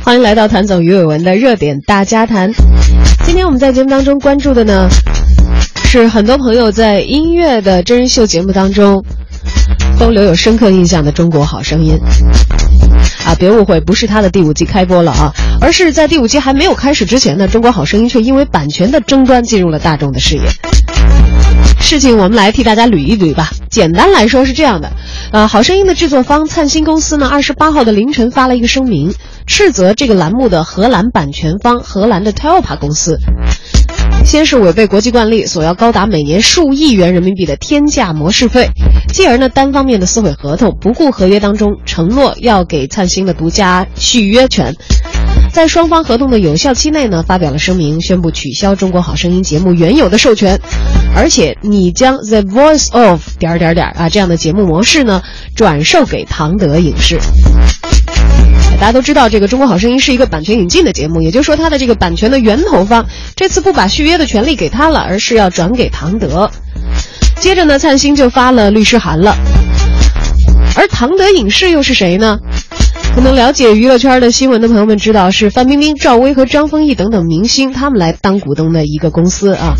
欢迎来到谭总鱼尾纹的热点大家谈。今天我们在节目当中关注的呢，是很多朋友在音乐的真人秀节目当中都留有深刻印象的《中国好声音》啊，别误会，不是他的第5季开播了啊，而是在第5季还没有开始之前呢，《中国好声音》却因为版权的争端进入了大众的视野。事情我们来替大家捋一捋吧。简单来说是这样的，好声音的制作方灿星公司呢，28号的凌晨发了一个声明，斥责这个栏目的荷兰版权方荷兰的 Telpa 公司，先是违背国际惯例，索要高达每年数亿元人民币的天价模式费，继而呢单方面的撕毁合同，不顾合约当中承诺要给灿星的独家续约权。在双方合同的有效期内呢，发表了声明，宣布取消中国好声音节目原有的授权，而且你将 The Voice of 这样的节目模式呢转售给唐德影视。大家都知道，这个中国好声音是一个版权引进的节目，也就是说它的这个版权的源头方这次不把续约的权利给他了，而是要转给唐德。接着呢，灿星就发了律师函了。而唐德影视又是谁呢？可能了解娱乐圈的新闻的朋友们知道，是范冰冰、赵薇和张丰毅等等明星他们来当股东的一个公司啊。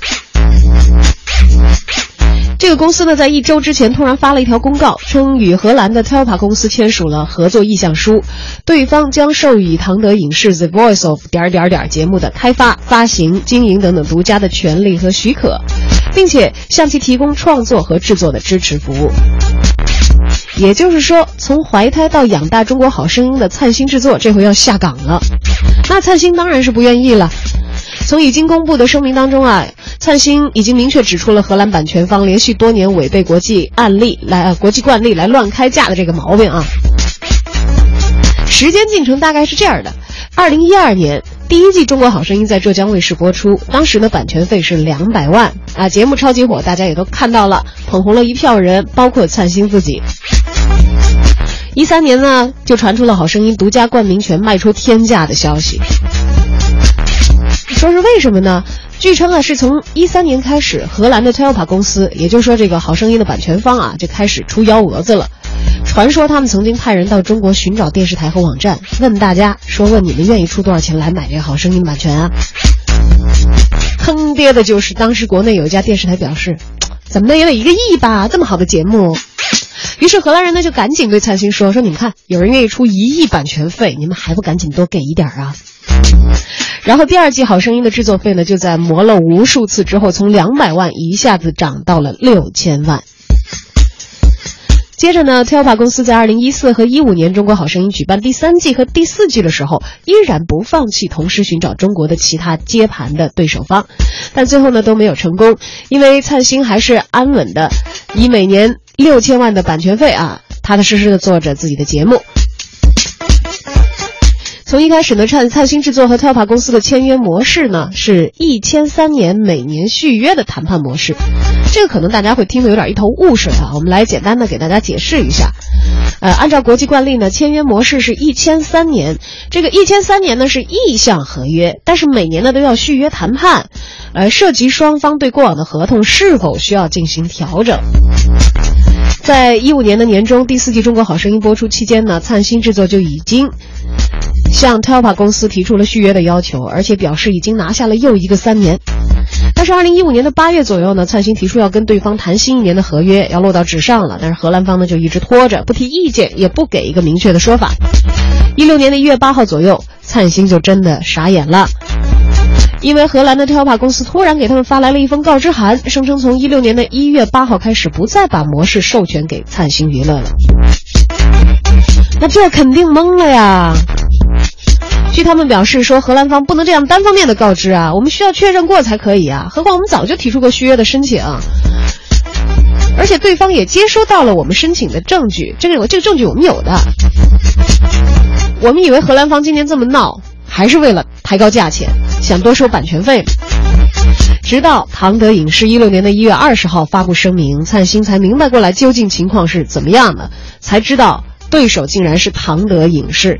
这个公司呢，在1周之前突然发了一条公告，称与荷兰的 Telpa 公司签署了合作意向书，对方将授予唐德影视 The Voice of 节目的开发、发行、经营等等独家的权利和许可，并且向其提供创作和制作的支持服务。也就是说，从怀胎到养大中国好声音的灿星制作这回要下岗了。那灿星当然是不愿意了。从已经公布的声明当中啊，灿星已经明确指出了荷兰版权方连续多年违背国际惯例来乱开价的这个毛病啊。时间进程大概是这样的：2012年第1季中国好声音在浙江卫视播出，当时的版权费是200万啊，节目超级火，大家也都看到了，捧红了一票人，包括灿星自己。13年呢，就传出了好声音独家冠名权卖出天价的消息。说是为什么呢？据称啊，是从13年开始，荷兰的 Telpa 公司，也就是说这个好声音的版权方啊，就开始出幺蛾子了。传说他们曾经派人到中国寻找电视台和网站，问大家说，问你们愿意出多少钱来买这个好声音版权啊？坑爹的就是当时国内有一家电视台表示，怎么的也得1个亿吧，这么好的节目。于是荷兰人呢就赶紧对灿星说你们看，有人愿意出1亿版权费，你们还不赶紧多给一点啊？然后第2季好声音的制作费呢，就在磨了无数次之后，从200万一下子涨到了6000万。接着呢 Telpa 公司在2014和15年中国好声音举办第3季和第4季的时候，依然不放弃同时寻找中国的其他接盘的对手方，但最后呢都没有成功，因为灿星还是安稳的以每年6000万的版权费啊，踏踏实实的做着自己的节目。从一开始呢，灿星制作和 Telpa 公司的签约模式呢，是1签3年每年续约的谈判模式。这个可能大家会听得有点一头雾水啊，我们来简单的给大家解释一下。按照国际惯例呢，签约模式是1签3年，这个1签3年呢是意向合约，但是每年呢都要续约谈判，涉及双方对过往的合同是否需要进行调整。在15年的年中，第4季中国好声音播出期间呢，灿星制作就已经向 Telpa 公司提出了续约的要求，而且表示已经拿下了又一个3年。但是2015年的8月左右呢，灿星提出要跟对方谈新1年的合约，要落到纸上了，但是荷兰方呢就一直拖着，不提意见，也不给一个明确的说法。16年的1月8号左右，灿星就真的傻眼了，因为荷兰的 Telpa 公司突然给他们发来了一封告知函，声称从16年的1月8号开始不再把模式授权给灿星娱乐了。那这肯定懵了呀。据他们表示说，荷兰方不能这样单方面的告知啊，我们需要确认过才可以啊，何况我们早就提出过续约的申请，而且对方也接收到了我们申请的证据，这个证据我们有的。我们以为荷兰方今年这么闹还是为了抬高价钱，想多收版权费，直到唐德影视16年的1月20号发布声明，灿星才明白过来究竟情况是怎么样的，才知道对手竟然是唐德影视。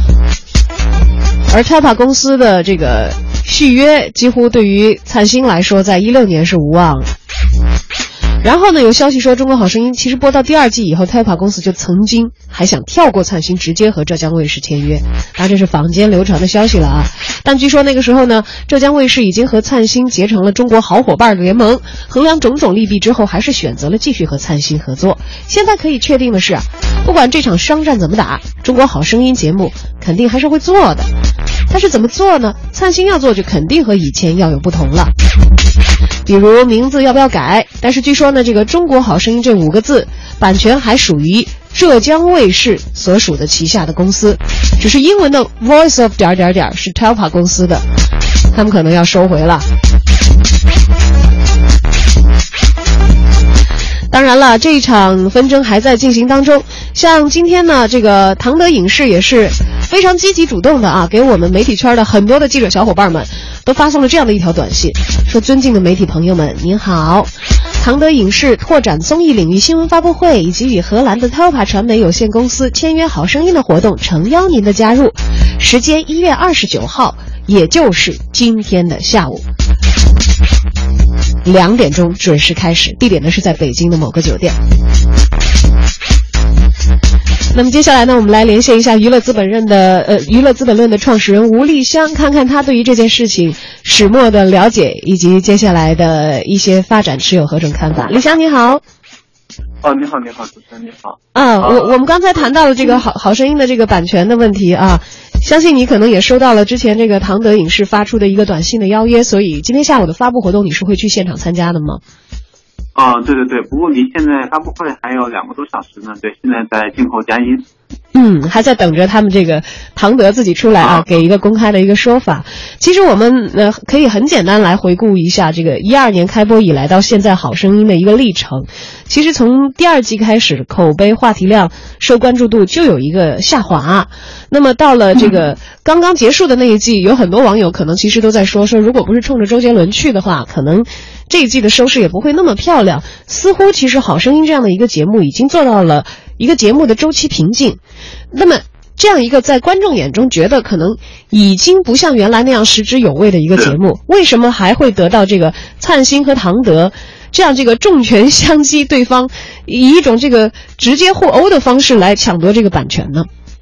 而 Telpa 公司的这个续约几乎对于灿星来说在16年是无望了。 然后呢，有消息说《中国好声音》其实播到第2季以后 ，TELPA 公司就曾经还想跳过灿星，直接和浙江卫视签约。当然这是坊间流传的消息了啊。但据说那个时候呢，浙江卫视已经和灿星结成了中国好伙伴联盟，衡量种种利弊之后，还是选择了继续和灿星合作。现在可以确定的是啊，不管这场商战怎么打，《中国好声音》节目肯定还是会做的。但是怎么做呢？灿星要做就肯定和以前要有不同了。比如名字要不要改，但是据说呢，这个中国好声音这5个字版权还属于浙江卫视所属的旗下的公司，只是英文的 Voice of 是 TELPA 公司的，他们可能要收回了。当然了，这一场纷争还在进行当中。像今天呢，这个唐德影视也是非常积极主动的啊，给我们媒体圈的很多的记者小伙伴们都发送了这样的一条短信，说：尊敬的媒体朋友们，您好，唐德影视拓展综艺领域新闻发布会以及与荷兰的 TELPA 传媒有限公司签约好声音的活动诚邀您的加入，时间1月29号，也就是今天的下午2点钟准时开始，地点呢是在北京的某个酒店。那么接下来呢，我们来连线一下娱乐资本论的创始人吴丽香，看看他对于这件事情始末的了解，以及接下来的一些发展持有何种看法。丽香你好。 你好，主持人你好。 我们刚才谈到了这个好声音的这个版权的问题啊，相信你可能也收到了之前这个唐德影视发出的一个短信的邀约，所以今天下午的发布活动你是会去现场参加的吗？ 对，不过离现在发布会还有2个多小时呢，对，现在在静候佳音。 还在等着他们这个唐德自己出来啊，给一个公开的一个说法。其实我们可以很简单来回顾一下这个12年开播以来到现在好声音的一个历程。其实从第2季开始，口碑、话题量、受关注度就有一个下滑。那么到了这个刚刚结束的那一季，有很多网友可能其实都在说如果不是冲着周杰伦去的话，可能这一季的收视也不会那么漂亮。似乎其实好声音这样的一个节目已经做到了一个节目的周期瓶颈。那么这样一个在观众眼中觉得可能已经不像原来那样食之有味的一个节目，为什么还会得到这个灿星和唐德这样这个重拳相击，对方以一种这个直接互殴的方式来抢夺这个版权呢？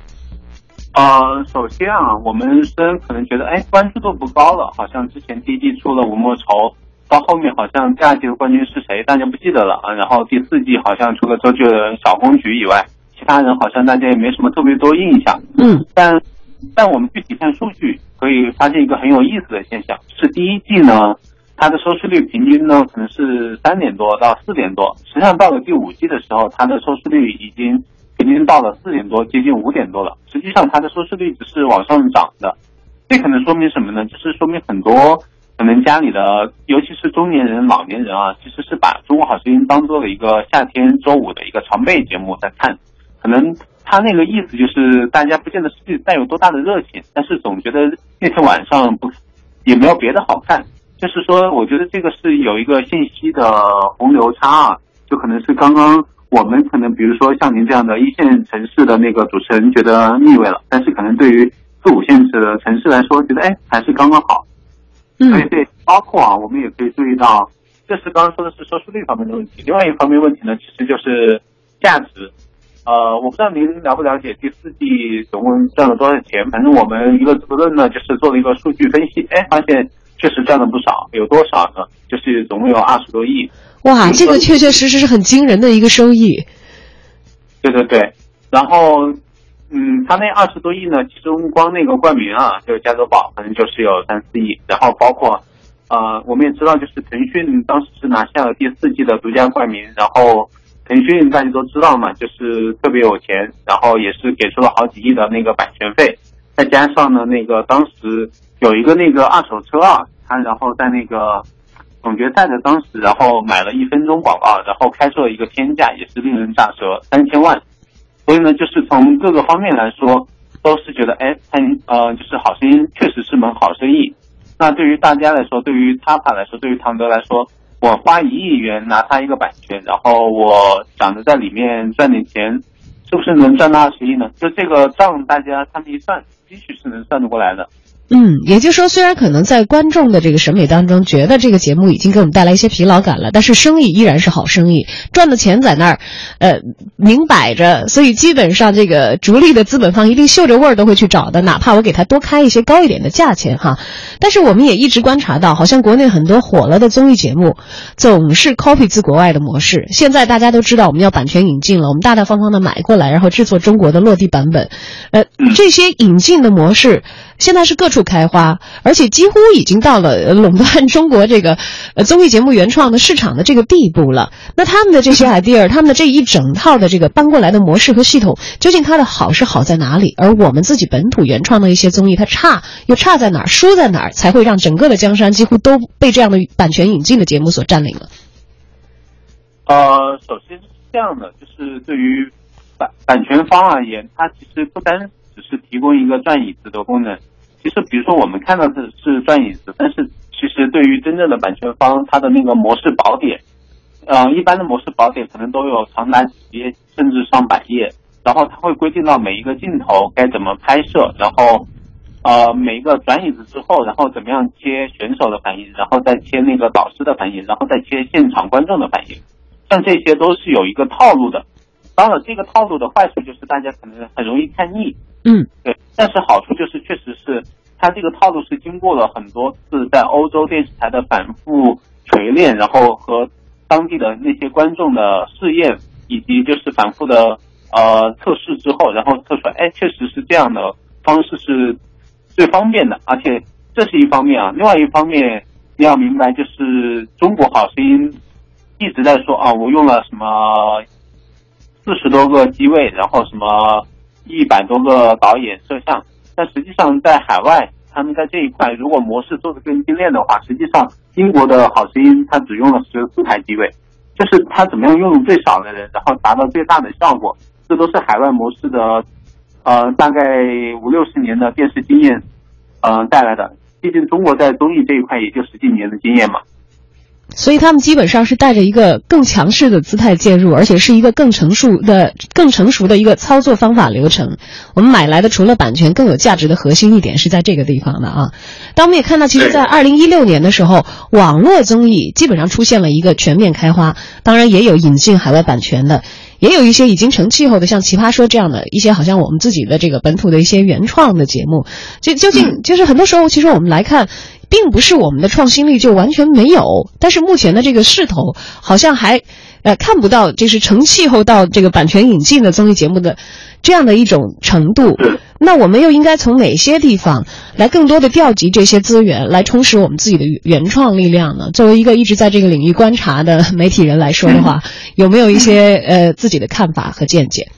首先啊，我们虽然可能觉得关注度不高了，好像之前第1季出了吴莫愁，到后面好像第2季的冠军是谁大家不记得了啊，然后第4季好像除了周杰伦、小公举以外，其他人好像大家也没什么特别多印象。但我们具体看数据可以发现一个很有意思的现象，是第1季呢，它的收视率平均呢可能是3点多到4点多，实际上到了第5季的时候，它的收视率已经平均到了4点多，接近5点多了。实际上它的收视率只是往上涨的，这可能说明什么呢？就是说明很多可能家里的，尤其是中年人、老年人啊，其实是把《中国好声音》当做了一个夏天周5的一个常备节目在看。可能他那个意思就是大家不见得是带有多大的热情，但是总觉得那天晚上也没有别的好看。就是说，我觉得这个是有一个信息的洪流差啊，就可能是刚刚我们可能比如说像您这样的1线城市的那个主持人觉得腻味了，但是可能对于4、5线的城市来说，觉得还是刚刚好。所以对，包括啊，我们也可以注意到，这是刚刚说的是收视率方面的问题。另外一方面问题呢，其实就是价值。我不知道您了不了解第4季总共赚了多少钱，反正我们一个资本论呢，就是做了一个数据分析，发现确实赚了不少。有多少呢？就是总共有20多亿。 哇，这个确确实实是很惊人的一个收益。 对，然后他那20多亿呢，其中光那个冠名啊，就是加州宝可能就是有3、4亿，然后包括我们也知道，就是腾讯当时是拿下了第4季的独家冠名，然后腾讯大家都知道嘛，就是特别有钱，然后也是给出了好几亿的那个版权费，再加上呢那个当时有一个那个二手车啊，他然后在那个总决赛的当时，然后买了1分钟广告，然后开出了一个天价，也是令人咋舌，3000万。所以呢，就是从各个方面来说，都是觉得就是好声音确实是门好生意。那对于大家来说，对于TELPA来说，对于唐德来说，我花1亿元拿他一个版权，然后我想着在里面赚点钱，是不是能赚到20亿呢？就这个账大家他们一算，也许是能算得过来的。 也就是说，虽然可能在观众的这个审美当中，觉得这个节目已经给我们带来一些疲劳感了，但是生意依然是好生意，赚的钱在那儿，明摆着，所以基本上这个逐利的资本方一定嗅着味儿都会去找的，哪怕我给他多开一些高一点的价钱哈。但是我们也一直观察到，好像国内很多火了的综艺节目，总是 copy 自国外的模式。现在大家都知道我们要版权引进了，我们大大方方的买过来，然后制作中国的落地版本，这些引进的模式现在是各处开花，而且几乎已经到了垄断中国这个综艺节目原创的市场的这个地步了。那他们的这些 idea， 他们的这一整套的这个搬过来的模式和系统，究竟它的好是好在哪里？而我们自己本土原创的一些综艺，它差在哪儿，输在哪儿，才会让整个的江山几乎都被这样的版权引进的节目所占领了？ 首先是这样的，就是对于版权方而言，它其实不单只是提供一个转椅子的功能。其实比如说我们看到的是转椅子，但是其实对于真正的版权方，它的那个模式宝典，一般的模式宝典可能都有长达几页甚至上百页，然后它会规定到每一个镜头该怎么拍摄，然后每一个转椅子之后，然后怎么样切选手的反应，然后再切那个导师的反应，然后再切现场观众的反应，像这些都是有一个套路的。当然这个套路的坏处就是大家可能很容易看腻，对，但是好处就是确实是它这个套路是经过了很多次在欧洲电视台的反复锤炼，然后和当地的那些观众的试验，以及就是反复的测试之后，然后测出来，确实是这样的方式是最方便的，而且这是一方面啊。另外一方面你要明白，就是中国好声音一直在说我用了什么40多个机位，然后什么100多个导演摄像，但实际上在海外，他们在这一块如果模式做得更精炼的话，实际上英国的好声音它只用了14台机位，就是它怎么样用最少的人，然后达到最大的效果，这都是海外模式的大概50-60年的电视经验带来的。毕竟中国在综艺这一块也就10几年的经验嘛。 所以他们基本上是带着一个更强势的姿态介入，而且是一个更成熟的一个操作方法流程。我们买来的除了版权更有价值的核心一点是在这个地方的啊。但我们也看到，其实在2016年的时候，网络综艺基本上出现了一个全面开花，当然也有引进海外版权的，也有一些已经成气候的，像奇葩说这样的一些好像我们自己的这个本土的一些原创的节目。究竟就是很多时候其实我们来看，并不是我们的创新力就完全没有，但是目前的这个势头好像还看不到就是成气候到这个版权引进的综艺节目的这样的一种程度。那我们又应该从哪些地方来更多的调集这些资源，来充实我们自己的原创力量呢？作为一个一直在这个领域观察的媒体人来说的话，有没有一些自己的看法和见解？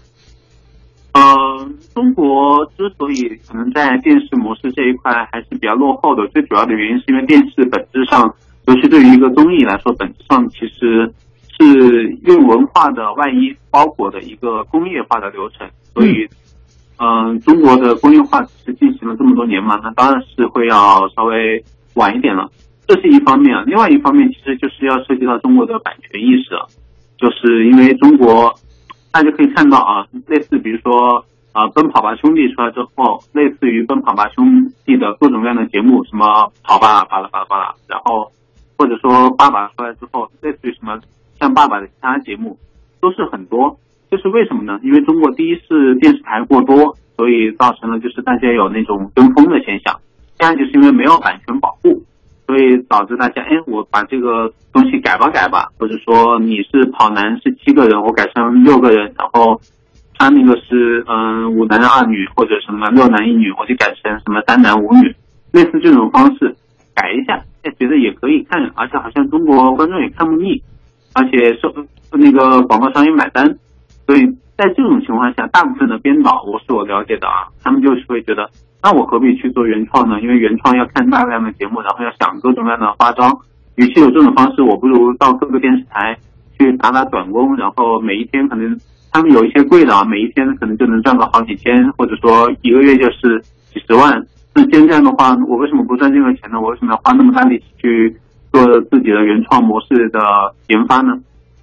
中国之所以可能在电视模式这一块还是比较落后的，最主要的原因是因为电视本质上，尤其对于一个综艺来说，本质上其实是用文化的外衣包裹的一个工业化的流程，所以中国的工业化是进行了这么多年嘛，那当然是会要稍微晚一点了，这是一方面啊。另外一方面其实就是要涉及到中国的版权意识了，就是因为中国大家可以看到类似比如说奔跑吧兄弟出来之后，类似于奔跑吧兄弟的各种各样的节目，什么跑吧巴拉巴拉巴拉，然后或者说爸爸出来之后，类似于什么像爸爸的其他节目都是很多。就是为什么呢？因为中国第一是电视台过多，所以造成了就是大家有那种跟风的现象。第二就是因为没有版权保护，所以导致大家我把这个东西改吧，或者说你是跑男是7个人，我改成6个人，然后他那个是5男2女或者什么6男1女，我就改成什么3男5女，类似这种方式改一下，觉得也可以看，而且好像中国观众也看不腻，而且那个广告商也买单。所以在这种情况下，大部分的编导我了解的他们就是会觉得，那我何必去做原创呢？因为原创要看大量的节目，然后要想各种各样的花招，与其有这种方式，我不如到各个电视台去打短工，然后每一天可能他们有一些贵的每一天可能就能赚个好几千，或者说1个月就是几十万。那既然这样的话，我为什么不赚这个钱呢？我为什么要花那么大力气去做自己的原创模式的研发呢？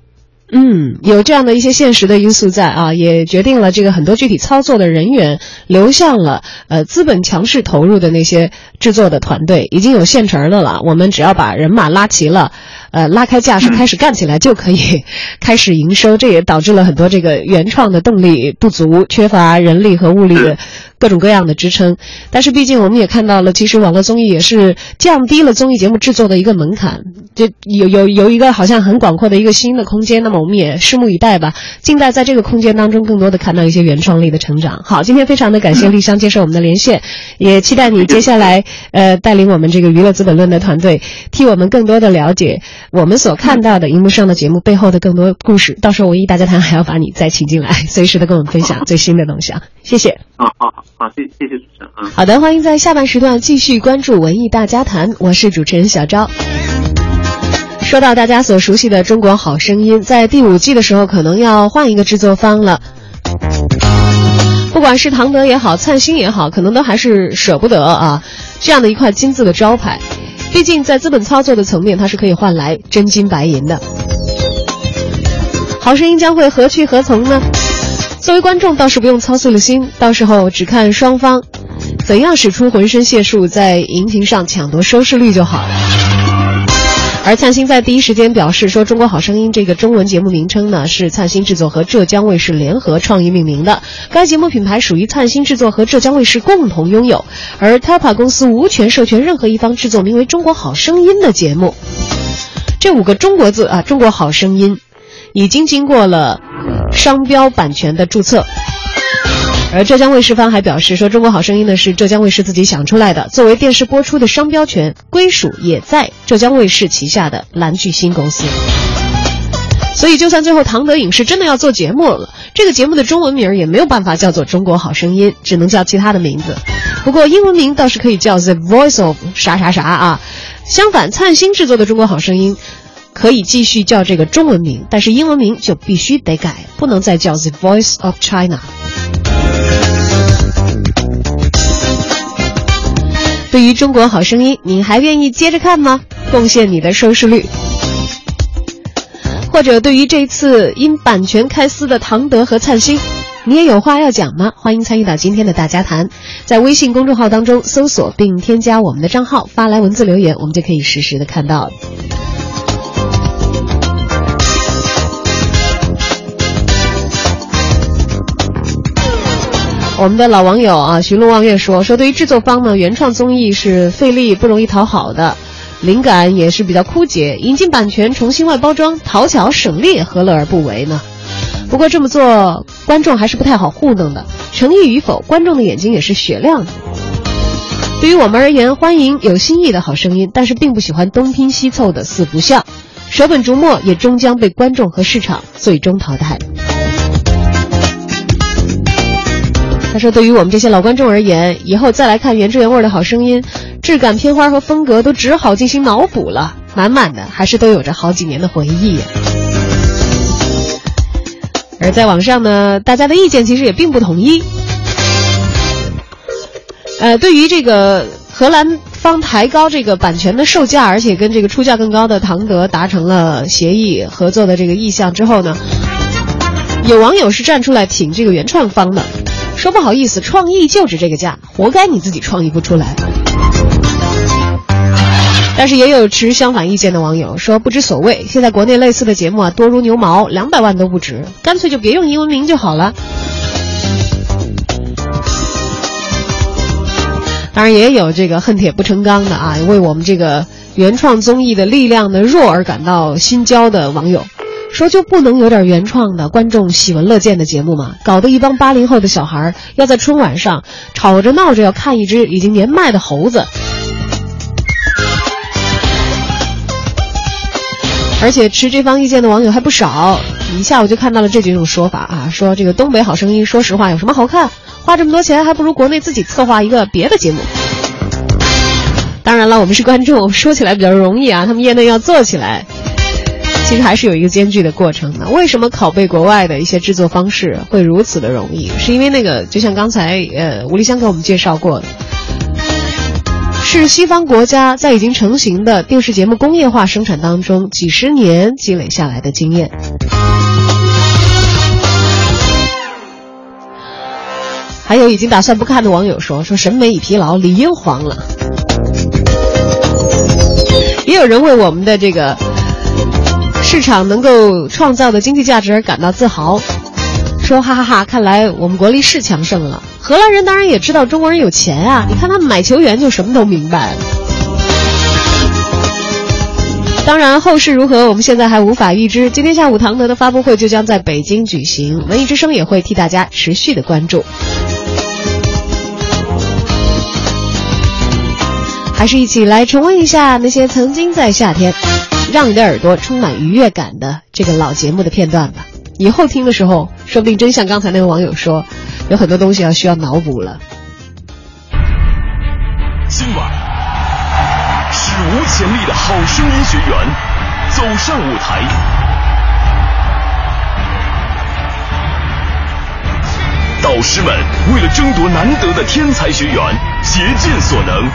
有这样的一些现实的因素在啊，也决定了这个很多具体操作的人员流向了资本强势投入的那些制作的团队，已经有现成的了，我们只要把人马拉齐了，拉开架势开始干起来就可以开始营收。这也导致了很多这个原创的动力不足，缺乏人力和物力的各种各样的支撑。但是毕竟我们也看到了，其实网络综艺也是降低了综艺节目制作的一个门槛，就有一个好像很广阔的一个新的空间。那么我们也拭目以待吧，静待在这个空间当中更多的看到一些原创力的成长。好，今天非常的感谢丽香接受我们的连线，也期待你接下来带领我们这个娱乐资本论的团队，替我们更多的了解我们所看到的荧幕上的节目背后的更多故事。到时候文艺大家谈还要把你再请进来，随时的跟我们分享最新的东西啊！谢谢。 好，谢谢主持人。 好的，欢迎在下半时段继续关注文艺大家谈，我是主持人小昭。说到大家所熟悉的中国好声音，在第5季的时候可能要换一个制作方了，不管是唐德也好，灿星也好，可能都还是舍不得啊这样的一块金字的招牌，毕竟在资本操作的层面，它是可以换来真金白银的。好声音将会何去何从呢？作为观众倒是不用操碎了心，到时候只看双方怎样使出浑身解数在荧屏上抢夺收视率就好了。而灿星在第一时间表示说，中国好声音这个中文节目名称呢，是灿星制作和浙江卫视联合创意命名的，该节目品牌属于灿星制作和浙江卫视共同拥有，而 TAPA 公司无权授权任何一方制作名为中国好声音的节目。这5个中国字啊，中国好声音已经经过了商标版权的注册。而浙江卫视方还表示说，中国好声音呢是浙江卫视自己想出来的，作为电视播出的商标权归属也在浙江卫视旗下的蓝巨星公司。所以就算最后唐德影视真的要做节目了，这个节目的中文名也没有办法叫做中国好声音，只能叫其他的名字。不过英文名倒是可以叫 The Voice of 啥啥啥啊。相反，灿星制作的中国好声音可以继续叫这个中文名，但是英文名就必须得改，不能再叫 The Voice of China。对于中国好声音，你还愿意接着看吗？贡献你的收视率。或者对于这次因版权开撕的唐德和灿星，你也有话要讲吗？欢迎参与到今天的大家谈，在微信公众号当中搜索并添加我们的账号，发来文字留言，我们就可以实时的看到。我们的老网友啊，寻路望月说对于制作方呢，原创综艺是费力不容易讨好的，灵感也是比较枯竭，引进版权重新外包装，讨巧省力，何乐而不为呢？不过这么做观众还是不太好糊弄的，诚意与否，观众的眼睛也是雪亮的。对于我们而言，欢迎有新意的好声音，但是并不喜欢东拼西凑的四不像，舍本逐末也终将被观众和市场最终淘汰。他说，对于我们这些老观众而言，以后再来看原汁原味的好声音，质感、片花和风格都只好进行脑补了，满满的还是都有着好几年的回忆。而在网上呢，大家的意见其实也并不统一。对于这个荷兰方抬高这个版权的售价，而且跟这个出价更高的唐德达成了协议合作的这个意向之后呢，有网友是站出来挺这个原创方的，说不好意思，创意就值这个价，活该你自己创意不出来。但是也有持相反意见的网友说不知所谓，现在国内类似的节目啊多如牛毛，200万都不值，干脆就别用英文名就好了。当然也有这个恨铁不成钢的啊，为我们这个原创综艺的力量的弱而感到心焦的网友说，就不能有点原创的观众喜闻乐见的节目吗？搞得一帮80后的小孩要在春晚上吵着闹着要看一只已经年迈的猴子。而且持这方意见的网友还不少，一下午就看到了这几种说法啊，说这个东北好声音说实话有什么好看，花这么多钱还不如国内自己策划一个别的节目。当然了，我们是观众，说起来比较容易啊，他们业内要做起来其实还是有一个艰巨的过程的。为什么拷贝国外的一些制作方式会如此的容易？是因为那个就像刚才吴丽香给我们介绍过的， 是西方国家在已经成型的电视节目工业化生产当中几十年积累下来的经验。还有已经打算不看的网友说审美已疲劳，理应黄了。也有人为我们的这个市场能够创造的经济价值而感到自豪，说哈哈哈，看来我们国力是强盛了。荷兰人当然也知道中国人有钱啊，你看他们买球员就什么都明白。当然后事如何我们现在还无法预知，今天下午唐德的发布会就将在北京举行，文艺之声也会替大家持续的关注。还是一起来重温一下那些曾经在夏天让你的耳朵充满愉悦感的这个老节目的片段吧。以后听的时候说不定真像刚才那个网友说，有很多东西需要脑补了。 今晚史无前例的好声音学员走上舞台，导师们为了争夺难得的天才学员竭尽所能。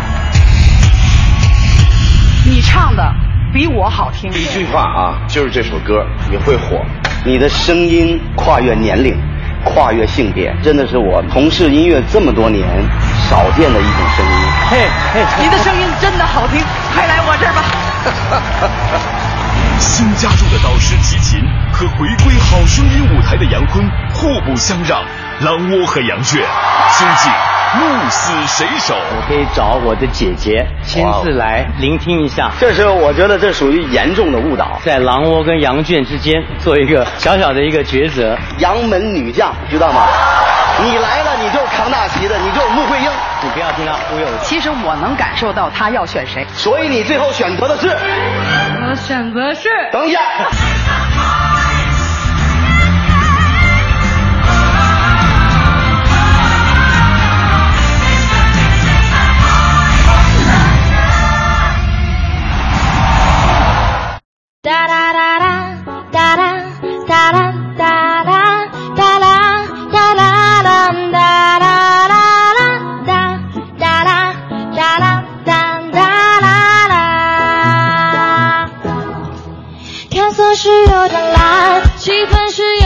你唱的比我好听。 一句话啊，就是这首歌你会火，你的声音跨越年龄，跨越性别，真的是我从事音乐这么多年少见的一种声音。 嘿，你的声音真的好听，快来我这儿吧。 新加入的导师齐秦和回归好声音舞台的杨坤互不相让，狼窝和杨倔究竟鹿死谁手？ 我可以找我的姐姐亲自来聆听一下。 这是我觉得这属于严重的误导， 在狼窝跟杨倦之间做一个小小的一个抉择。 杨门女将知道吗？你来了你就扛大旗的，你就是陆慧英。 你不要听他忽悠。 其实我能感受到他要选谁， 所以你最后选择的是？ 我选择是。 等一下。 哒哒哒哒哒哒哒哒哒哒哒啦哒啦啦哒啦啦啦哒哒啦哒啦哒哒啦啦。天色是有点蓝，气氛是